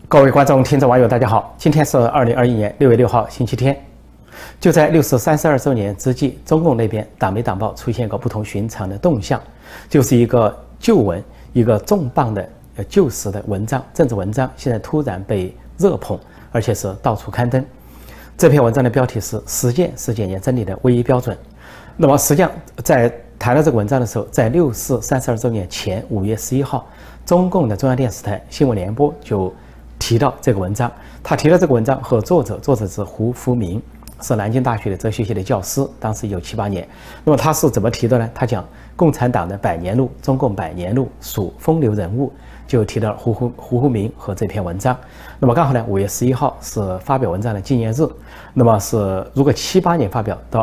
各位观众、听众、网友，大家好！今天是2021年6月6号，星期天。就在6四32周年之际，中共那边党媒党报出现一个不同寻常的动向，就是一个旧文，一个重磅的旧时的文章，政治文章，现在突然被热捧，而且是到处刊登。这篇文章的标题是"实践是检验真理的唯一标准"。那么，实际上在谈到这个文章的时候，在6四32周年前5月11号，中共的中央电视台新闻联播就提到这个文章。他提到这个文章和作者是胡福明，是南京大学的哲学系的教师，当时1978年。那么他是怎么提的呢？他讲共产党的百年路，中共百年路属风流人物，就提到胡福明和这篇文章。那么刚好呢，5月11号是发表文章的纪念日。那么是如果78年发表，到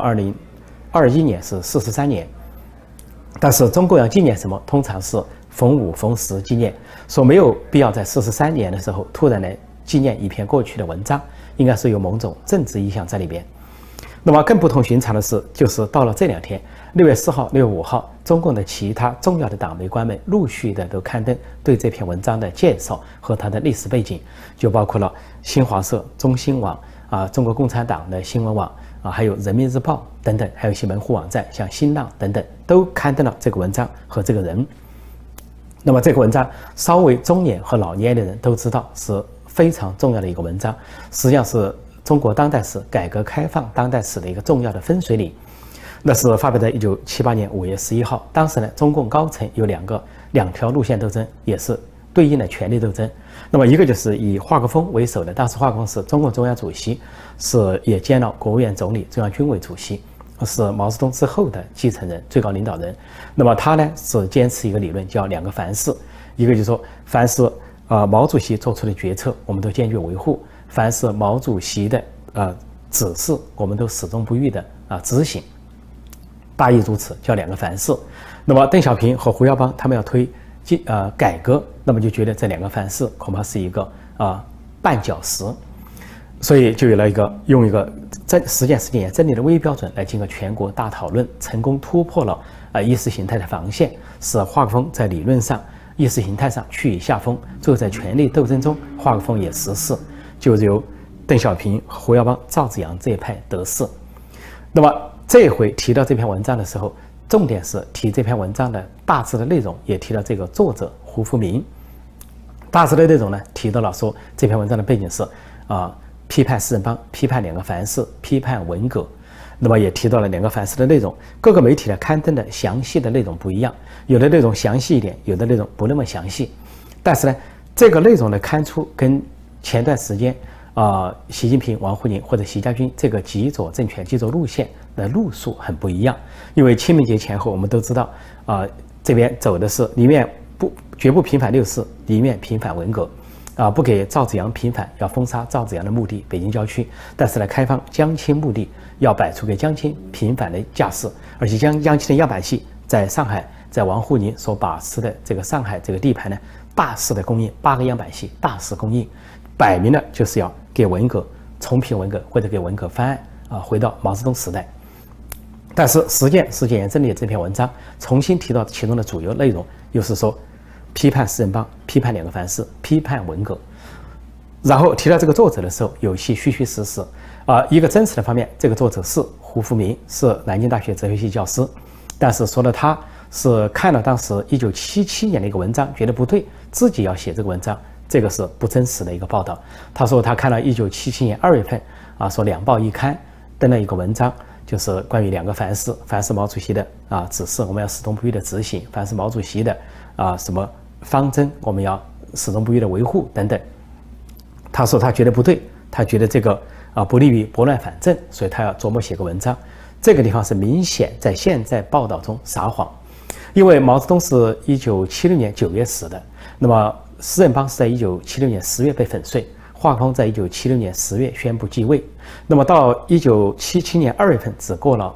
2021年是43年。但是中共要纪念什么？通常是逢5、逢10纪念，说没有必要在43年的时候突然来纪念一篇过去的文章，应该是有某种政治意向在里边。那么更不同寻常的是，就是到了这2天，6月4号、6月5号，中共的其他重要的党媒官媒陆续的都刊登对这篇文章的介绍和它的历史背景，就包括了新华社、中新网中国共产党的新闻网还有人民日报等等，还有一些门户网站，像新浪等等，都刊登了这个文章和这个人。那么这个文章，稍微中年和老年的人都知道是非常重要的一个文章，实际上是中国当代史、改革开放当代史的一个重要的分水岭。那是发表在1978年5月11号。当时呢，中共高层有两条路线斗争，也是对应的权力斗争。那么一个就是以华国锋为首的，当时华国锋是中共中央主席，也兼了国务院总理、中央军委主席，是毛泽东之后的继承人、最高领导人。那么他呢是坚持一个理论，叫2个凡是。一个就是说，凡是毛主席做出的决策，我们都坚决维护；凡是毛主席的指示，我们都始终不渝的执行。大意如此，叫2个凡是。那么邓小平和胡耀邦他们要推改革，那么就觉得这2个凡是恐怕是一个绊脚石，所以就有了用一个实践是检验真理的唯一标准来进行全国大讨论，成功突破了意识形态的防线，使华国锋在理论上、意识形态上去以下风，最后在权力斗争中，华国锋也失势，就由邓小平、胡耀邦、赵紫阳这一派得势。那么这一回提到这篇文章的时候，重点是提这篇文章的大致的内容，也提到这个作者胡福明。大致的内容呢，提到了说这篇文章的背景是批判四人帮，批判2个凡是，批判文革。那么也提到了2个凡是的内容。各个媒体的刊登的详细的内容不一样，有的内容详细一点，有的内容不那么详细。但是呢，这个内容的刊出跟前段时间习近平、王沪宁或者习家军这个极左政权、极左路线的路数很不一样。因为清明节前后，我们都知道这边走的是里面绝不平反6四，里面平反文革。不给赵紫阳平反，要封杀赵紫阳的墓地，北京郊区。但是呢，开放江青墓地，要摆出给江青平反的架势，而且将江青的样板戏在上海，在王沪宁所把持的这个上海这个地盘呢，大肆的供应8个样板戏，大肆供应，摆明了就是要给文革重评文革，或者给文革翻案回到毛泽东时代。但是实践是检验真理的这篇文章重新提到其中的主要内容，又是说批判四人帮，批判2个凡是，批判文革。然后提到这个作者的时候，有些虚虚实实一个真实的方面，这个作者是胡福明，是南京大学哲学系教师，但是说了他是看了当时1977年的一个文章，觉得不对，自己要写这个文章，这个是不真实的一个报道。他说他看了1977年2月份说两报一刊登了一个文章，就是关于2个凡是，凡是毛主席的指示，我们要始终不渝的执行；凡是毛主席的什么方针，我们要始终不渝的维护等等。他说他觉得不对，他觉得这个不利于拨乱反正，所以他要琢磨写个文章。这个地方是明显在现在报道中撒谎，因为毛泽东是1976年9月死的，那么四人帮是在1976年10月被粉碎，华国锋在1976年10月宣布继位，那么到1977年2月份只过了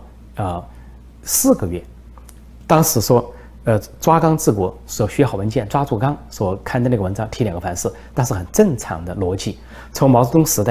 4个月。当时说抓纲治国，说学好文件，抓住纲，所刊登那个文章提2个凡是，但是很正常的逻辑。从毛泽东时代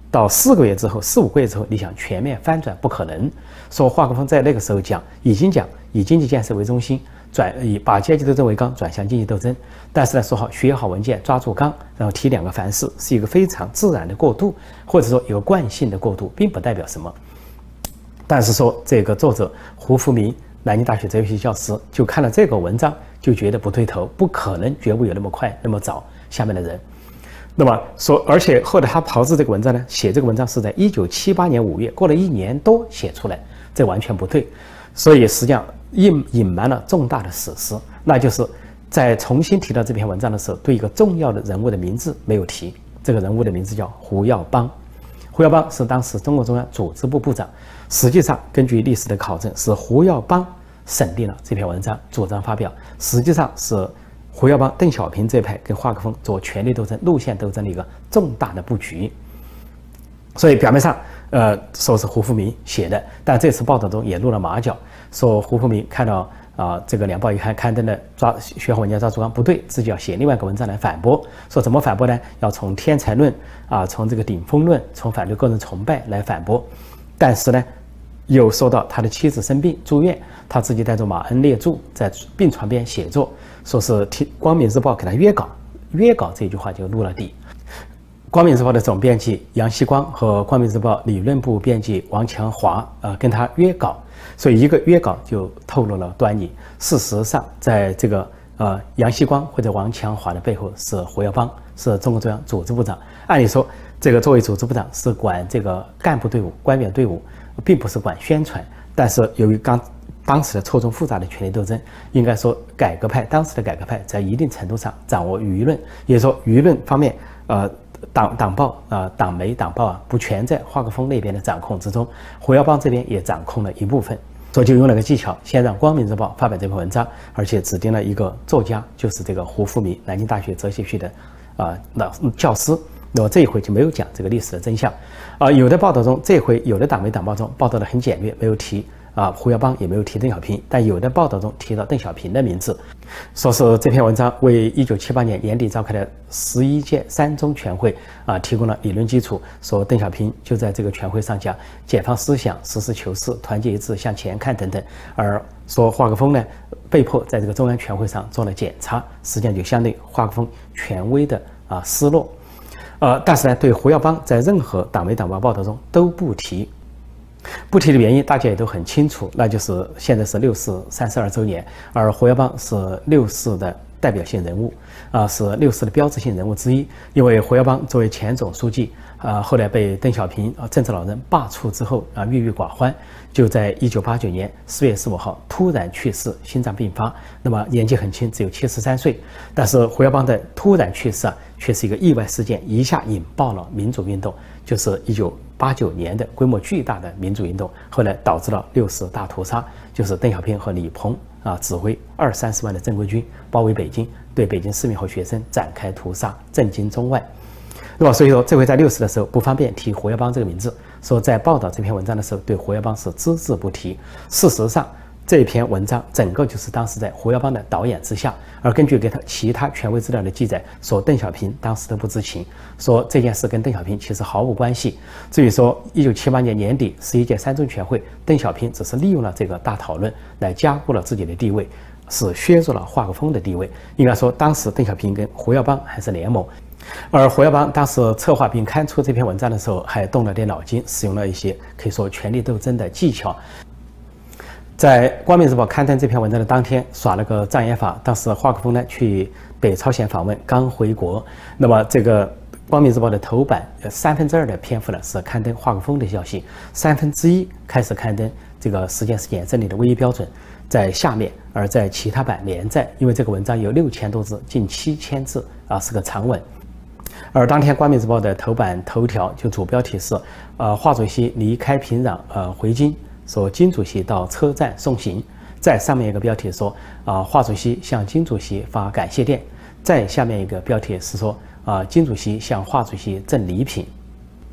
到4个月之后、4、5个月之后，你想全面翻转不可能。说华国锋在那个时候已经以经济建设为中心，把阶级斗争为纲，转向经济斗争。但是呢，说好学好文件，抓住纲，然后提2个凡是，是一个非常自然的过渡，或者说有惯性的过渡，并不代表什么。但是说这个作者胡福明，南京大学哲学系教师，就看了这个文章，就觉得不对头，不可能，绝不有那么快那么早下面的人。那么说，而且后来他炮制这个文章呢，写这个文章是在1978年5月，过了1年多写出来，这完全不对。所以实际上隐瞒了重大的史实，那就是在重新提到这篇文章的时候，对一个重要的人物的名字没有提。这个人物的名字叫胡耀邦。胡耀邦是当时中国中央组织部部长。实际上，根据历史的考证，是胡耀邦审定了这篇文章，主张发表。实际上是胡耀邦、邓小平这派跟华国锋做权力斗争、路线斗争的一个重大的布局。所以表面上，说是胡福明写的，但这次报道中也露了马脚，说胡福明看到这个两报一刊刊登的学好文件抓住纲不对，自己要写另外一个文章来反驳。说怎么反驳呢？要从天才论从这个顶峰论，从反对个人崇拜来反驳。但是呢，又说到他的妻子生病住院，他自己带着马恩列柱在病床边写作，说是光明日报给他约稿，这句话就露了底。光明日报的总编辑杨锡光和光明日报理论部编辑王强华跟他约稿，所以一个约稿就透露了端倪。事实上，在这个杨锡光或者王强华的背后是胡耀邦，是中国中央组织部长。按理说，这个作为组织部长是管这个干部队伍、官员队伍，并不是管宣传。但是由于当时的错综复杂的权力斗争，应该说当时的改革派在一定程度上掌握舆论，也就是说舆论方面，党报党媒党报不全在华国锋那边的掌控之中，胡耀邦这边也掌控了一部分，所以就用了个技巧，先让光明日报发表这篇文章，而且指定了一个作家，就是这个胡福明，南京大学哲学系的教师。那么这一回就没有讲这个历史的真相，有的报道中，这回有的党媒党报中报道的很简略，没有提胡耀邦，也没有提邓小平，但有的报道中提到邓小平的名字，说是这篇文章为1978年年底召开的11届3中全会提供了理论基础，说邓小平就在这个全会上讲解放思想、实事求是、团结一致、向前看等等，而说华国锋呢被迫在这个中央全会上做了检查，实际上就相对华国锋权威的失落。但是呢，对胡耀邦在任何党媒党报报道中都不提的原因，大家也都很清楚，那就是现在是6四32周年，而胡耀邦是6四的代表性人物，是6四的标志性人物之一。因为胡耀邦作为前总书记，后来被邓小平政治老人罢黜之后，郁郁寡欢，就在1989年4月15号突然去世，心脏病发，那么年纪很轻，只有73岁。但是胡耀邦的突然去世却是一个意外事件，一下引爆了民主运动，就是1989年的规模巨大的民主运动，后来导致了6四大屠杀，就是邓小平和李鹏指挥20-30万的正规军包围北京，对北京市民和学生展开屠杀，震惊中外。那么所以说，这回在6四的时候不方便提胡耀邦这个名字，说在报道这篇文章的时候对胡耀邦是只字不提。事实上，这篇文章整个就是当时在胡耀邦的导演之下，而根据其他权威资料的记载，说邓小平当时都不知情，说这件事跟邓小平其实毫无关系。至于说1978年年底11届3中全会，邓小平只是利用了这个大讨论来加固了自己的地位，是削弱了华国锋的地位。应该说，当时邓小平跟胡耀邦还是联盟。而胡耀邦当时策划并刊出这篇文章的时候，还动了点脑筋，使用了一些可以说权力斗争的技巧。在《光明日报》刊登这篇文章的当天，耍了个障眼法。当时华国锋呢去北朝鲜访问，刚回国，那么这个《光明日报》的头版2/3的篇幅呢是刊登华国锋的消息，1/3开始刊登这个时间是简政理的唯一标准在下面，而在其他版连载，因为这个文章有6000多字，近7000字是个长文。而当天《光明日报》的头版头条就主标题是华主席离开平壤回京，说金主席到车站送行，在上面一个标题说华主席向金主席发感谢电，在下面一个标题是说金主席向华主席赠礼品。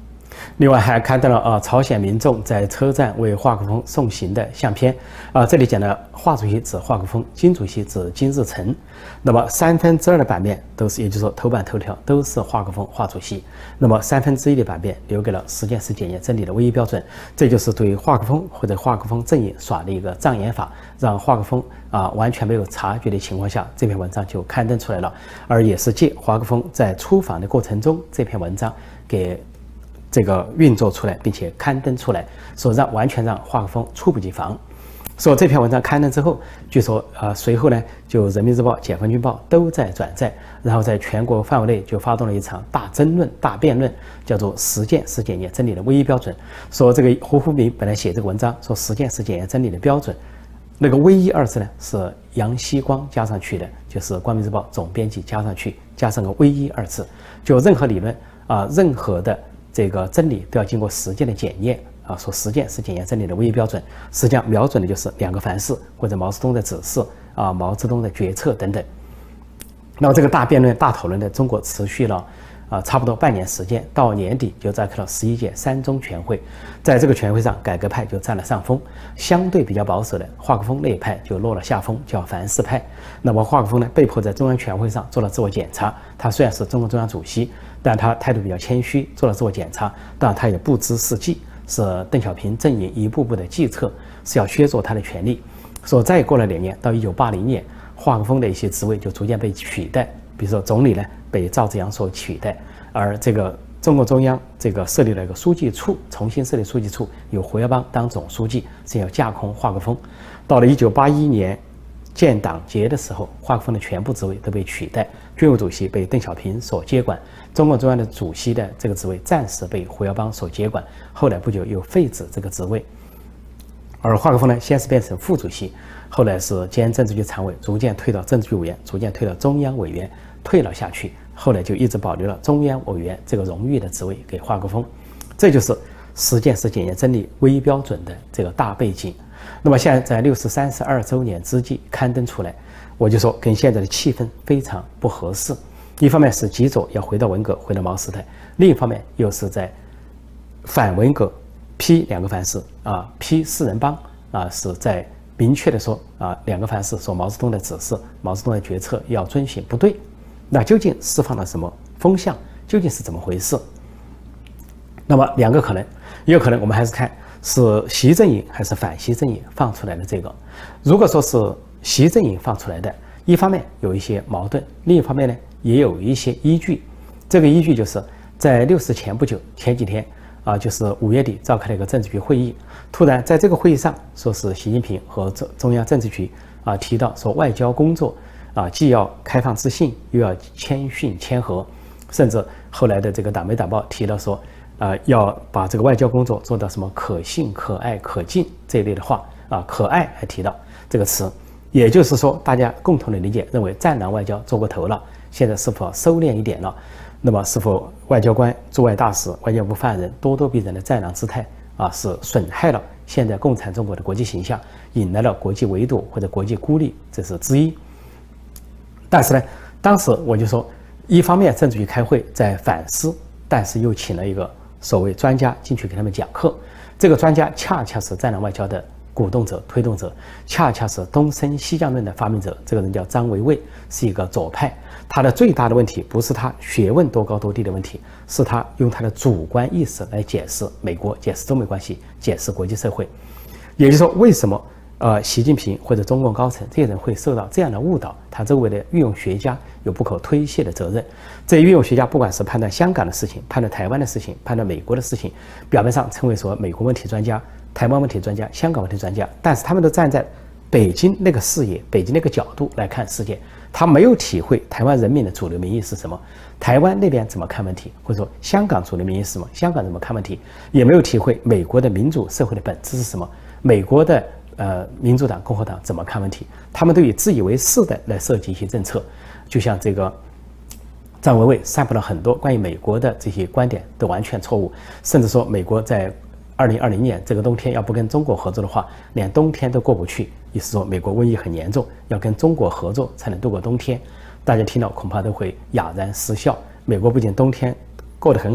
另外还刊登了朝鲜民众在车站为华国锋送行的相片。这里讲的华主席指华国锋，金主席指金日成。那么2/3的版面都是，也就是说头版头条都是华国锋华主席。那么1/3的版面留给了实践是检验真理的唯一标准。这就是对华国锋或者华国锋阵营耍的一个障眼法，让华国锋完全没有察觉的情况下，这篇文章就刊登出来了。而也是借华国锋在出访的过程中，这篇文章给这个运作出来，并且刊登出来，说完全让华国锋猝不及防。说这篇文章刊登之后，据说随后呢，就人民日报、解放军报都在转载，然后在全国范围内就发动了一场大争论、大辩论，叫做实践是检验真理的唯一标准。说这个胡福明本来写这个文章，说实践是检验真理的标准，那个唯一二字呢是杨希光加上去的，就是光明日报总编辑加上去，加上个唯一二字，就任何理论任何的这个真理都要经过实践的检验说实践是检验真理的唯一标准，实际上瞄准的就是2个凡是，或者毛泽东的指示毛泽东的决策等等。那么这个大辩论、大讨论在中国持续了差不多半年时间，到年底就召开了11届3中全会。在这个全会上，改革派就占了上风，相对比较保守的华国锋那一派就落了下风，叫凡是派。那么华国锋呢，被迫在中央全会上做了自我检查。他虽然是中共中央主席，但他态度比较谦虚，做了自我检查，当然他也不知是计，是邓小平阵营一步步的计策，是要削弱他的权力。说再过了2年，到1980年，华国锋的一些职位就逐渐被取代，比如说总理呢被赵紫阳所取代，而这个中共中央这个设立了一个书记处，重新设立书记处，由胡耀邦当总书记，是要架空华国锋。到了1981年建党节的时候，华国锋的全部职位都被取代，军委主席被邓小平所接管，中共中央的主席的这个职位暂时被胡耀邦所接管，后来不久又废止这个职位。而华国锋呢，先是变成副主席，后来是兼政治局常委，逐渐退到政治局委员，逐渐退到中央委员，退了下去。后来就一直保留了中央委员这个荣誉的职位给华国锋。这就是实践是检验真理唯一标准的这个大背景。那么现在在62周年之际刊登出来，我就说跟现在的气氛非常不合适。一方面是极左要回到文革，回到毛时代；另一方面又是在反文革，批2个凡是批四人帮是在明确的说2个凡是，说毛泽东的指示、毛泽东的决策要遵循，不对。那究竟释放了什么风向？究竟是怎么回事？那么2个可能，一个可能我们还是看是习阵营还是反习阵营放出来的这个。如果说是习阵营放出来的，一方面有一些矛盾，另一方面呢也有一些依据。这个依据就是在60前不久，前几天就是5月底召开了一个政治局会议，突然在这个会议上说是习近平和中央政治局提到说外交工作既要开放自信，又要谦逊谦和，甚至后来的这个党媒党报提到说要把这个外交工作做到什么可信、可爱、可敬这一类的话可爱还提到这个词，也就是说大家共同的理解认为战狼外交做过头了，现在是否收敛一点了？那么是否外交官、驻外大使、外交部发言人咄咄逼人的战狼姿态是损害了现在共产中国的国际形象，引来了国际围堵或者国际孤立，这是之一。但是呢，当时我就说，一方面政治局开会在反思，但是又请了一个所谓专家进去给他们讲课。这个专家恰恰是战狼外交的鼓动者、推动者，恰恰是东升西降论的发明者。这个人叫张维为，是一个左派。他的最大的问题不是他学问多高多低的问题，是他用他的主观意识来解释美国、解释中美关系、解释国际社会。也就是说，为什么习近平或者中共高层这些人会受到这样的误导？他周围的运用学家有不可推卸的责任。这些运用学家不管是判断香港的事情、判断台湾的事情、判断美国的事情，表面上称为说美国问题专家、台湾问题专家、香港问题专家，但是他们都站在北京那个视野、北京那个角度来看世界，他没有体会台湾人民的主流民意是什么，台湾那边怎么看问题，或者说香港主流民意是什么，香港怎么看问题，也没有体会美国的民主社会的本质是什么，美国的民主党、共和党怎么看问题，他们都以自以为是的来设计一些政策，就像这个张维为散布了很多关于美国的这些观点都完全错误，甚至说美国在2020年这个冬天要不跟中国合作的话，连冬天都过不去，意思说美国瘟疫很严重，要跟中国合作才能度过冬天。大家听到恐怕都会哑然失笑。美国不仅冬天过得很好，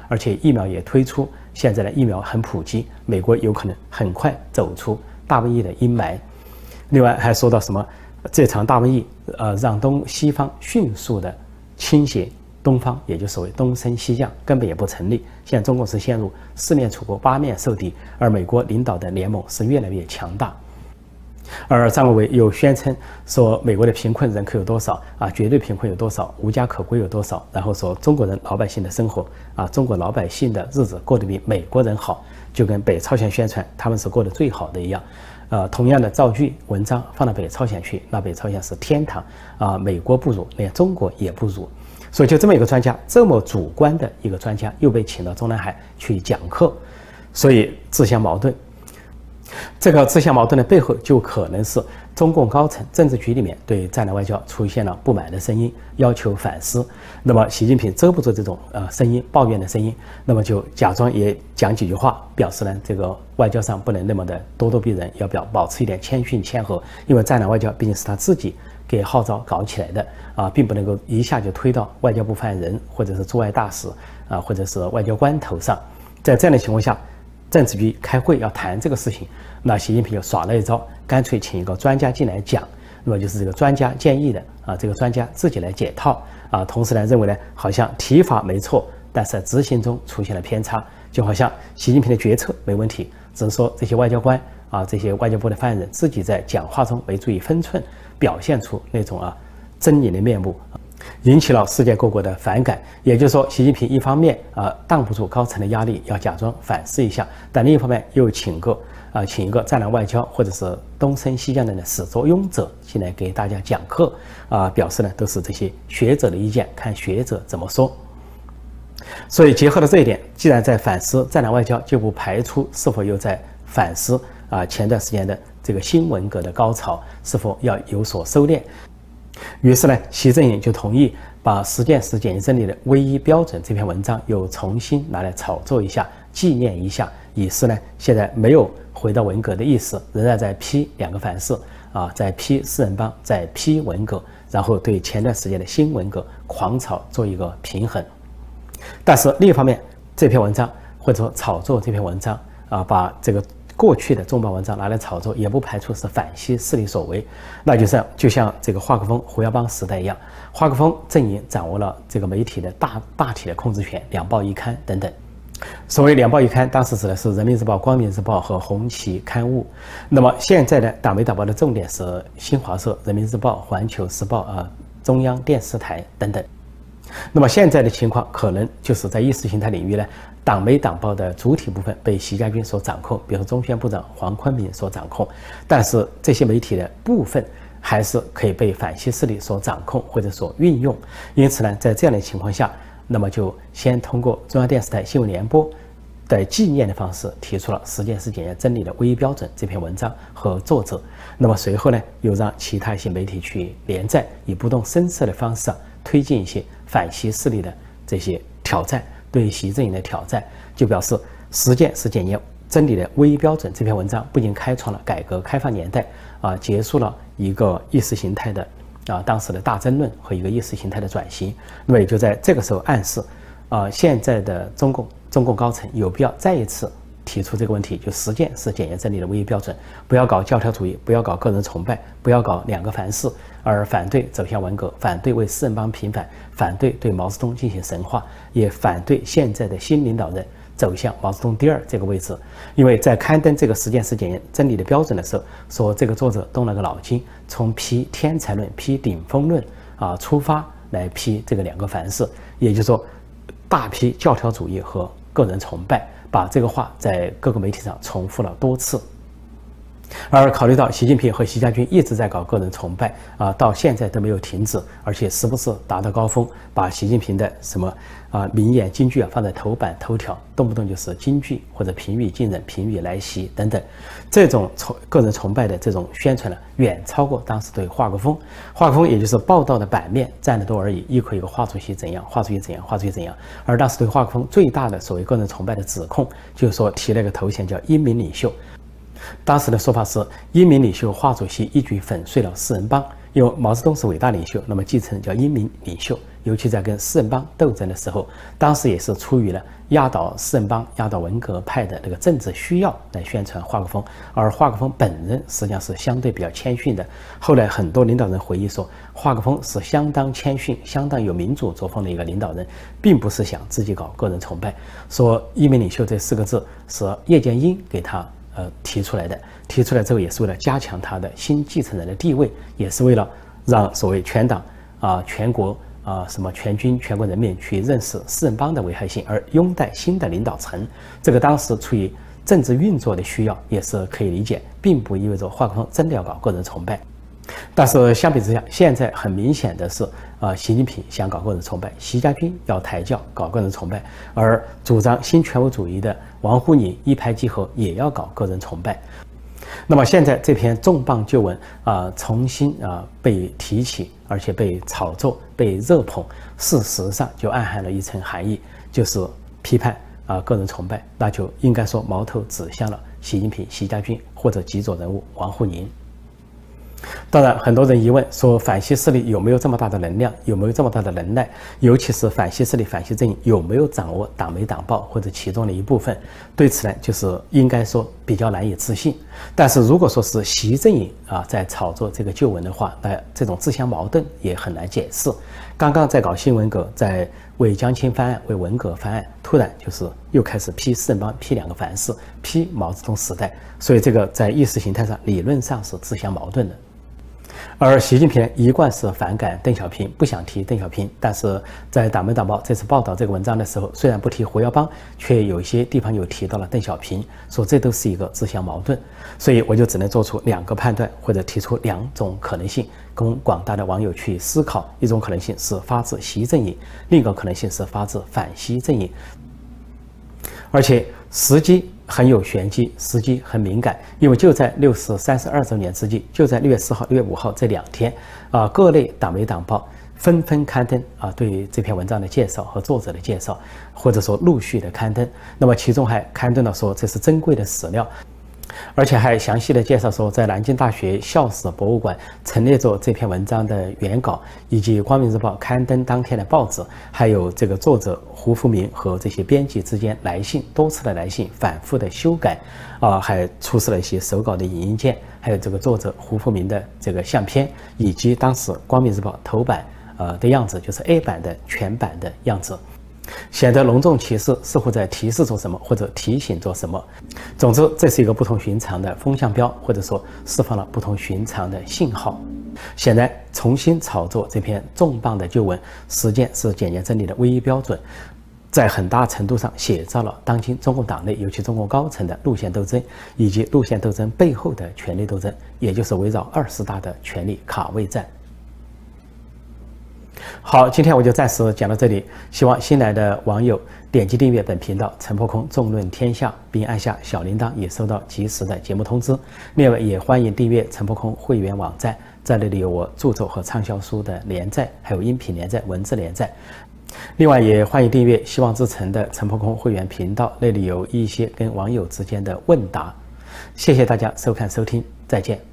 而且疫苗也推出，现在的疫苗很普及，美国有可能很快走出大瘟疫的阴霾。另外还说到什么，这场大瘟疫让东西方迅速的倾斜东方，也就所谓东升西降，根本也不成立。现在中共是陷入四面楚歌、八面受敌，而美国领导的联盟是越来越强大。而张伟伟又宣称说，美国的贫困人口有多少啊？绝对贫困有多少？无家可归有多少？然后说中国人老百姓的生活啊，中国老百姓的日子过得比美国人好，就跟北朝鲜宣传他们是过得最好的一样。同样的造句文章放到北朝鲜去，那北朝鲜是天堂啊，美国不如，连中国也不如。所以就这么一个专家，这么主观的一个专家，又被请到中南海去讲课，所以自相矛盾。这个自相矛盾的背后，就可能是中共高层政治局里面对战狼外交出现了不满的声音，要求反思。那么习近平遮不住这种声音，抱怨的声音，那么就假装也讲几句话，表示呢这个外交上不能那么的咄咄逼人，要保持一点谦逊谦和。因为战狼外交毕竟是他自己给号召搞起来的啊，并不能够一下就推到外交部发言人或者是驻外大使啊，或者是外交官头上。在这样的情况下，政治局开会要谈这个事情，那习近平就耍了一招，干脆请一个专家进来讲，那么就是这个专家建议的啊，这个专家自己来解套啊，同时呢认为呢好像提法没错，但是在执行中出现了偏差，就好像习近平的决策没问题，只是说这些外交官啊，这些外交部的发言人自己在讲话中没注意分寸，表现出那种狰狞的面目，引起了世界各国的反感。也就是说，习近平一方面挡不住高层的压力，要假装反思一下，但另一方面又请一个战狼外交或者是东升西降的始作俑者进来给大家讲课表示呢都是这些学者的意见，看学者怎么说。所以结合了这一点，既然在反思战狼外交，就不排除是否又在反思前段时间的这个新文革的高潮是否要有所收敛。于是呢，习正营就同意把《实践是检验真理的唯一标准》这篇文章又重新拿来炒作一下，纪念一下，以示呢现在没有回到文革的意思，仍然在批两个凡是在批四人帮，在批文革，然后对前段时间的新文革狂炒做一个平衡。但是另一方面，这篇文章或者说炒作这篇文章把这个过去的重磅文章拿来炒作，也不排除是反西势力所为。那就像这个华国锋、胡耀邦时代一样，华国锋阵营掌握了这个媒体的大体的控制权，两报一刊等等。所谓两报一刊，当时指的是人民日报、光明日报和红旗刊物。那么现在的党媒党报的重点是新华社、人民日报、环球时报中央电视台等等。那么现在的情况可能就是在意识形态领域呢，党媒党报的主体部分被习家军所掌控，比如说中宣部长黄坤明所掌控，但是这些媒体的部分还是可以被反西势力所掌控或者所运用。因此呢，在这样的情况下，那么就先通过中央电视台新闻联播的纪念的方式提出了《实践是检验真理的唯一标准》这篇文章和作者。那么随后呢，又让其他一些媒体去连载，以不动声色的方式推进一些反西势力的这些挑战，对习阵营的挑战，就表示实践是检验真理的唯一标准。这篇文章不仅开创了改革开放年代结束了一个意识形态的当时的大争论和一个意识形态的转型，那么也就在这个时候暗示现在的中共高层有必要再一次提出这个问题，就实践是检验真理的唯一标准，不要搞教条主义，不要搞个人崇拜，不要搞两个凡是，而反对走向文革，反对为四人帮平反，反对对毛泽东进行神化，也反对现在的新领导人走向毛泽东第二这个位置。因为在刊登这个实践是检验真理的标准的时候，说这个作者动了个脑筋，从批天才论、批顶峰论出发来批这个两个凡是，也就是说大批教条主义和个人崇拜，把这个话在各个媒体上重复了多次。而考虑到习近平和习家军一直在搞个人崇拜到现在都没有停止，而且时不时达到高峰，把习近平的什么名言金句放在头版头条，动不动就是金句或者平语近人、平语来袭等等。这种个人崇拜的这种宣传呢，远超过当时对华国锋。华国锋也就是报道的版面占得多而已，一口一个华主席怎样，华主席怎样，华主席怎样。而当时对华国锋最大的所谓个人崇拜的指控，就是说提了一个头衔叫英明领袖。当时的说法是，英明领袖华主席一举粉碎了四人帮， 因为毛泽东是伟大领袖，那么继承叫英明领袖。尤其在跟四人帮斗争的时候，当时也是出于了压倒四人帮、压倒文革派的那个政治需要来宣传华国锋，而华国锋本人实际上是相对比较谦逊的。后来很多领导人回忆说，华国锋是相当谦逊、相当有民主作风的一个领导人，并不是想自己搞个人崇拜。说英明领袖这4个字是叶剑英给他提出来的，提出来之后也是为了加强他的新继承人的地位，也是为了让所谓全党全国什么全军全国人民去认识四人帮的危害性，而拥戴新的领导层。这个当时出于政治运作的需要，也是可以理解，并不意味着华国锋真的要搞个人崇拜。但是相比之下，现在很明显的是，习近平想搞个人崇拜，习家军要抬轿搞个人崇拜，而主张新权威主义的王沪宁一拍即合，也要搞个人崇拜。那么现在这篇重磅旧闻重新被提起，而且被炒作、被热捧，事实上就暗含了一层含义，就是批判个人崇拜，那就应该说矛头指向了习近平、习家军或者极左人物王沪宁。当然，很多人疑问说，反西势力有没有这么大的能量，有没有这么大的能耐？尤其是反西势力、反西阵营有没有掌握党媒党报或者其中的一部分？对此呢，就是应该说比较难以置信。但是如果说是习阵营在炒作这个旧闻的话，那这种自相矛盾也很难解释。刚刚在搞新文革，在为江青翻案、为文革翻案，突然就是又开始批四人帮、批2个凡是、批毛泽东时代，所以这个在意识形态上理论上是自相矛盾的。而习近平一贯是反感邓小平，不想提邓小平，但是在党媒党报这次报道这个文章的时候，虽然不提胡耀邦，却有一些地方又提到了邓小平，说这都是一个自相矛盾。所以我就只能做出2个判断，或者提出2种可能性，供广大的网友去思考。一种可能性是发自习阵营，另一个可能性是发自反习阵营。而且时机很有玄机，时机很敏感，因为就在60、32周年之际，就在6月4号、6月5号这2天，各类党媒党报纷纷刊登对这篇文章的介绍和作者的介绍，或者说陆续的刊登。那么其中还刊登了说这是珍贵的史料，而且还详细的介绍说，在南京大学校史博物馆陈列着这篇文章的原稿，以及《光明日报》刊登当天的报纸，还有这个作者胡福明和这些编辑之间来信，多次的来信，反复的修改，还出示了一些手稿的影音件，还有这个作者胡福明的这个相片，以及当时《光明日报》头版的样子，就是 A 版的全版的样子。显得隆重其事，似乎在提示着什么或者提醒着什么。总之，这是一个不同寻常的风向标，或者说释放了不同寻常的信号。显然，重新炒作这篇重磅的旧闻，实践是检验真理的唯一标准，在很大程度上写照了当今中共党内，尤其中共高层的路线斗争，以及路线斗争背后的权力斗争，也就是围绕20大的权力卡位战。好，今天我就暂时讲到这里，希望新来的网友点击订阅本频道陈破空纵论天下，并按下小铃铛，也收到及时的节目通知。另外也欢迎订阅陈破空会员网站，在那里有我著作和畅销书的连载，还有音频连载、文字连载。另外也欢迎订阅希望之城的陈破空会员频道，那里有一些跟网友之间的问答。谢谢大家收看收听，再见。